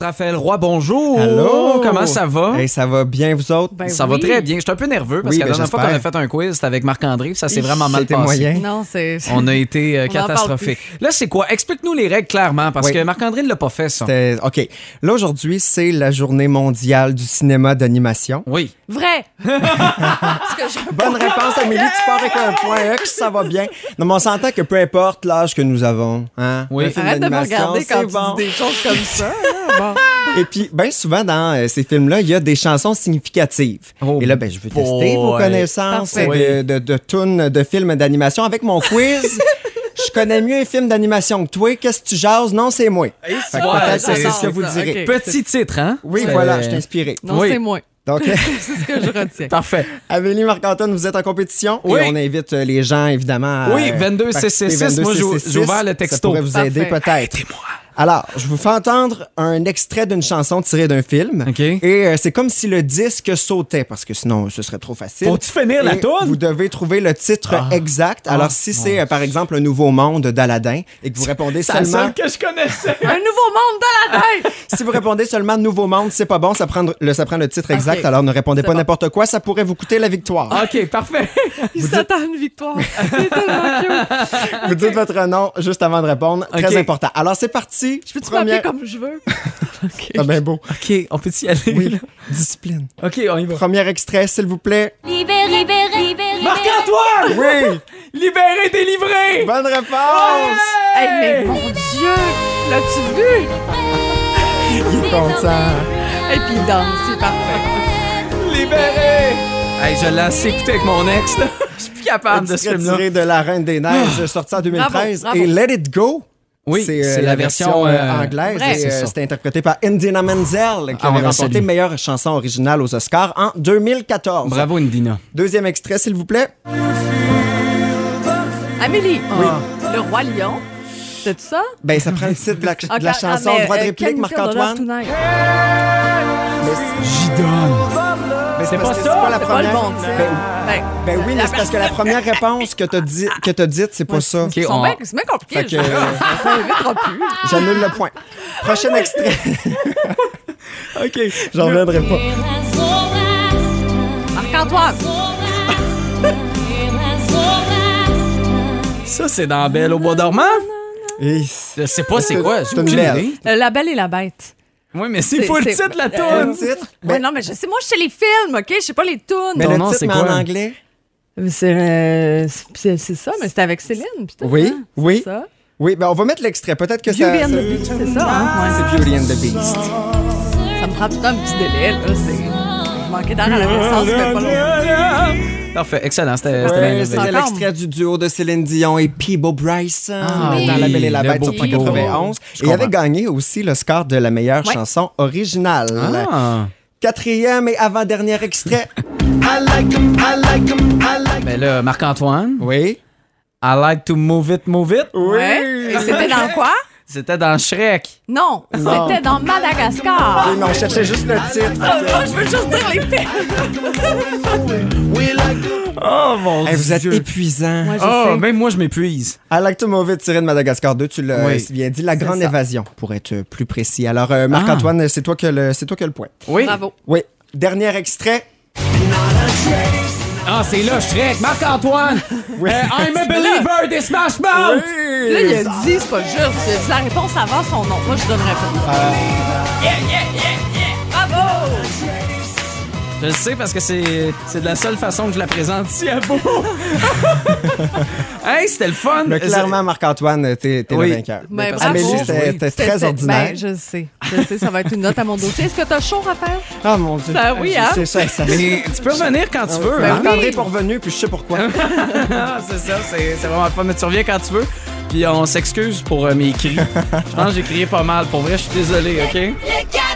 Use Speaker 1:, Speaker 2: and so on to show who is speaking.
Speaker 1: Raphaël Roy, bonjour!
Speaker 2: Allô!
Speaker 1: Comment ça va?
Speaker 2: Hey, ça va bien, vous autres?
Speaker 3: Ben
Speaker 1: Ça
Speaker 3: oui.
Speaker 1: va très bien. Je suis un peu nerveux parce que la dernière fois qu'on a fait un quiz, c'était avec Marc-André, ça s'est vraiment mal
Speaker 2: C'était
Speaker 1: passé.
Speaker 2: moyen.
Speaker 3: Non, c'est.
Speaker 1: On a été
Speaker 3: On en parle
Speaker 1: catastrophique. Là, c'est quoi? Explique-nous les règles clairement parce
Speaker 2: Oui.
Speaker 1: que Marc-André ne l'a pas fait, ça.
Speaker 2: OK. Là, aujourd'hui, c'est la journée mondiale du cinéma d'animation.
Speaker 1: Oui.
Speaker 3: Vrai! Parce que je...
Speaker 2: Bonne réponse, Amélie. Tu pars avec un point X, ça va bien. Non, mais on s'entend que peu importe l'âge que nous avons, hein,
Speaker 1: Oui.
Speaker 2: un film
Speaker 3: Arrête de me
Speaker 2: d'animation,
Speaker 3: regarder quand
Speaker 2: c'est
Speaker 3: tu
Speaker 2: bon.
Speaker 3: dis des choses comme ça. Là. Bon.
Speaker 2: Et puis, bien souvent, dans ces films-là, il y a des chansons significatives.
Speaker 1: Oh
Speaker 2: Et là, ben, je veux tester vos
Speaker 1: boy.
Speaker 2: connaissances
Speaker 3: Parfait.
Speaker 2: de tunes de films d'animation avec mon quiz. Je connais mieux un film d'animation que toi. Qu'est-ce que tu jases? Non, c'est moi. Fait que
Speaker 1: Ouais,
Speaker 2: peut-être que
Speaker 1: c'est
Speaker 2: c'est ce que vous
Speaker 3: ça,
Speaker 2: direz.
Speaker 3: ok.
Speaker 1: Petit titre, hein?
Speaker 2: Oui,
Speaker 1: C'est-
Speaker 2: voilà, je t'ai inspiré.
Speaker 3: Non,
Speaker 1: Oui.
Speaker 3: c'est moi.
Speaker 2: Donc,
Speaker 3: C'est ce que je retiens.
Speaker 1: Parfait.
Speaker 2: Amélie, Marc-Antoine, vous êtes en compétition.
Speaker 1: Oui.
Speaker 2: Et on invite les gens, évidemment, à
Speaker 1: Oui, 22
Speaker 2: participer.
Speaker 1: 666. Moi,
Speaker 2: 22
Speaker 1: j'ai ouvert le
Speaker 2: 666.
Speaker 1: texto.
Speaker 2: Ça pourrait vous aider
Speaker 3: Parfait.
Speaker 2: peut-être. Alors, je vous fais entendre un extrait d'une chanson tirée d'un film.
Speaker 1: OK.
Speaker 2: Et c'est comme si le disque sautait, parce que sinon, ce serait trop facile.
Speaker 1: Faut-tu finir la
Speaker 2: Et
Speaker 1: toune?
Speaker 2: Vous devez trouver le titre exact. Alors, si c'est, par exemple, Un Nouveau Monde d'Aladin, et que vous répondez
Speaker 1: C'est la
Speaker 2: seulement...
Speaker 1: seule que je connaissais.
Speaker 3: Un nouveau monde dans la tête!
Speaker 2: Si vous répondez seulement Nouveau Monde, c'est pas bon, ça prend le titre exact.
Speaker 3: Ok.
Speaker 2: Alors, ne répondez
Speaker 3: C'est
Speaker 2: pas
Speaker 3: bon.
Speaker 2: n'importe quoi, ça pourrait vous coûter la victoire.
Speaker 1: OK, parfait.
Speaker 3: Il s'attend à une victoire. C'est tellement cute.
Speaker 2: Vous dites votre nom juste avant de répondre.
Speaker 1: Ok.
Speaker 2: Très important. Alors, c'est parti.
Speaker 3: Je peux-tu m'appeler comme je veux?
Speaker 2: Ah ben beau.
Speaker 1: OK, on peut y aller.
Speaker 2: Oui.
Speaker 1: là?
Speaker 2: Discipline.
Speaker 1: OK, on y va.
Speaker 2: Premier extrait, s'il vous plaît.
Speaker 4: Libéré.
Speaker 1: Marc-Antoine!
Speaker 2: Oui.
Speaker 1: Libéré, délivré!
Speaker 2: Bonne réponse.
Speaker 3: Hey, mais mon Dieu! L'as-tu vu?
Speaker 2: Il est content.
Speaker 3: Et puis il danse, c'est parfait.
Speaker 1: Libéré! Hey, je l'ai assez écouté avec mon ex, là. Je suis plus capable de ce
Speaker 2: Extrait
Speaker 1: film-là.
Speaker 2: tiré de La Reine des Neiges, sorti en 2013.
Speaker 3: Bravo.
Speaker 2: Et Let It Go.
Speaker 1: Oui, c'est la version,
Speaker 2: anglaise.
Speaker 3: vrai.
Speaker 2: Et,
Speaker 1: C'est ça.
Speaker 2: c'était interprété par Indina Menzel, qui
Speaker 1: Ah, on
Speaker 2: avait
Speaker 1: la
Speaker 2: remporté
Speaker 1: salue.
Speaker 2: meilleure chanson originale aux Oscars en 2014.
Speaker 1: Bravo, Indina.
Speaker 2: Deuxième extrait, s'il vous plaît.
Speaker 3: Amélie, le Roi Lion. C'est ça?
Speaker 2: Ben, ça prend le titre de la chanson. Droit de réplique, Marc-Antoine.
Speaker 1: J'y donne.
Speaker 2: Ben,
Speaker 1: C'est
Speaker 2: parce
Speaker 1: pas
Speaker 2: que
Speaker 1: ça,
Speaker 3: C'est pas le
Speaker 2: première.
Speaker 3: bon titre. Ben,
Speaker 2: Ben oui, mais c'est parce que la première réponse que t'as dite, c'est pas ça.
Speaker 1: OK,
Speaker 3: c'est bien compliqué.
Speaker 2: Fait que,
Speaker 3: On n'invitera plus.
Speaker 2: j'annule le point. Prochain extrait.
Speaker 1: OK.
Speaker 2: J'en reviendrai pas.
Speaker 3: Marc-Antoine.
Speaker 1: Ça, c'est dans Belle au bois dormant?
Speaker 2: Et
Speaker 1: Je sais pas c'est quoi.
Speaker 2: C'est
Speaker 1: J'ai
Speaker 2: une
Speaker 1: aucune
Speaker 2: belle.
Speaker 1: idée.
Speaker 3: La Belle et la Bête.
Speaker 1: Oui, mais c'est fou le
Speaker 3: c'est-
Speaker 1: titre, la
Speaker 2: le
Speaker 1: toune.
Speaker 2: titre.
Speaker 3: Ouais, non, mais je sais, moi, je sais les films, OK? Je sais pas les tunes.
Speaker 2: Mais
Speaker 1: Ton
Speaker 2: le
Speaker 1: nom,
Speaker 2: titre,
Speaker 1: c'est
Speaker 2: mais
Speaker 1: quoi?
Speaker 2: en anglais.
Speaker 3: C'est ça, mais c'était avec Céline. Puis tout,
Speaker 2: Oui,
Speaker 3: hein?
Speaker 2: oui.
Speaker 3: C'est ça.
Speaker 2: Oui, ben on va mettre l'extrait. Peut-être que
Speaker 3: Beauty
Speaker 2: ça.
Speaker 3: and the Beast, c'est ça, hein? Ouais.
Speaker 2: C'est Beauty and the Beast.
Speaker 3: Ça me prend tout le temps un petit délai, là. Je manquais d'air à la naissance, mais pas longtemps.
Speaker 1: Parfait, excellent. C'était bien
Speaker 2: Ouais,
Speaker 1: élevé.
Speaker 2: c'était
Speaker 3: encore.
Speaker 2: l'extrait du duo de Céline Dion et Peebo Bryson
Speaker 1: oui.
Speaker 2: dans La Belle et la
Speaker 1: Le
Speaker 2: Bête
Speaker 1: beau
Speaker 2: sorti en
Speaker 1: Peebo.
Speaker 2: 91.
Speaker 1: Je
Speaker 2: Et il avait
Speaker 1: comprends.
Speaker 2: gagné aussi le score de la meilleure
Speaker 3: Ouais.
Speaker 2: chanson originale.
Speaker 1: Ah.
Speaker 2: Quatrième et avant-dernier extrait.
Speaker 1: Ben là, Marc-Antoine,
Speaker 2: Oui.
Speaker 1: I like to move it, move it.
Speaker 3: Ouais. Et c'était dans quoi?
Speaker 1: C'était dans Shrek.
Speaker 3: Non,
Speaker 2: Non.
Speaker 3: c'était dans Madagascar.
Speaker 2: Oui, mais on cherchait juste le titre.
Speaker 3: Moi, je veux juste dire les films.
Speaker 1: Oh mon
Speaker 2: Hey, vous êtes épuisant.
Speaker 3: Moi, je
Speaker 1: Oh,
Speaker 3: sais.
Speaker 1: même moi, je m'épuise.
Speaker 2: I like to move it, tiré de Madagascar 2, tu l'as
Speaker 1: Oui.
Speaker 2: bien dit. La Grande
Speaker 3: ça.
Speaker 2: Évasion, pour être plus précis. Alors, Marc-Antoine, c'est toi qui as le point.
Speaker 1: Oui.
Speaker 3: Bravo.
Speaker 2: Oui. Dernier extrait.
Speaker 1: Ah, c'est là, Shrek. Marc-Antoine. I'm a believer des Smash Mouth.
Speaker 3: Là, il a dit, c'est pas juste. Il a dit la réponse avant son nom. Moi, je donnerais pas. Bravo!
Speaker 1: Je le sais parce que c'est de la seule façon que je la présente ici à vous. Hey, c'était le fun.
Speaker 2: Mais clairement, Marc-Antoine, t'es
Speaker 1: Oui.
Speaker 2: le vainqueur.
Speaker 3: Mais
Speaker 1: parce
Speaker 3: bravo.
Speaker 1: que
Speaker 2: Amélie,
Speaker 1: j'ai joué.
Speaker 2: c'était très ordinaire.
Speaker 3: Ben, je sais, ça va être une note à mon dossier. Est-ce que t'as chaud, Raphaël?
Speaker 2: Ah mon Dieu.
Speaker 3: Ça, oui, hein?
Speaker 2: C'est ça.
Speaker 1: Mais tu peux revenir quand tu veux. hein?
Speaker 2: Marc-André est pas revenu, puis je sais pourquoi.
Speaker 1: Ah, c'est ça, c'est vraiment le fun. Mais tu reviens quand tu veux. Puis on s'excuse pour mes cris. Je pense que j'ai crié pas mal. Pour vrai, je suis désolé, OK?
Speaker 4: Le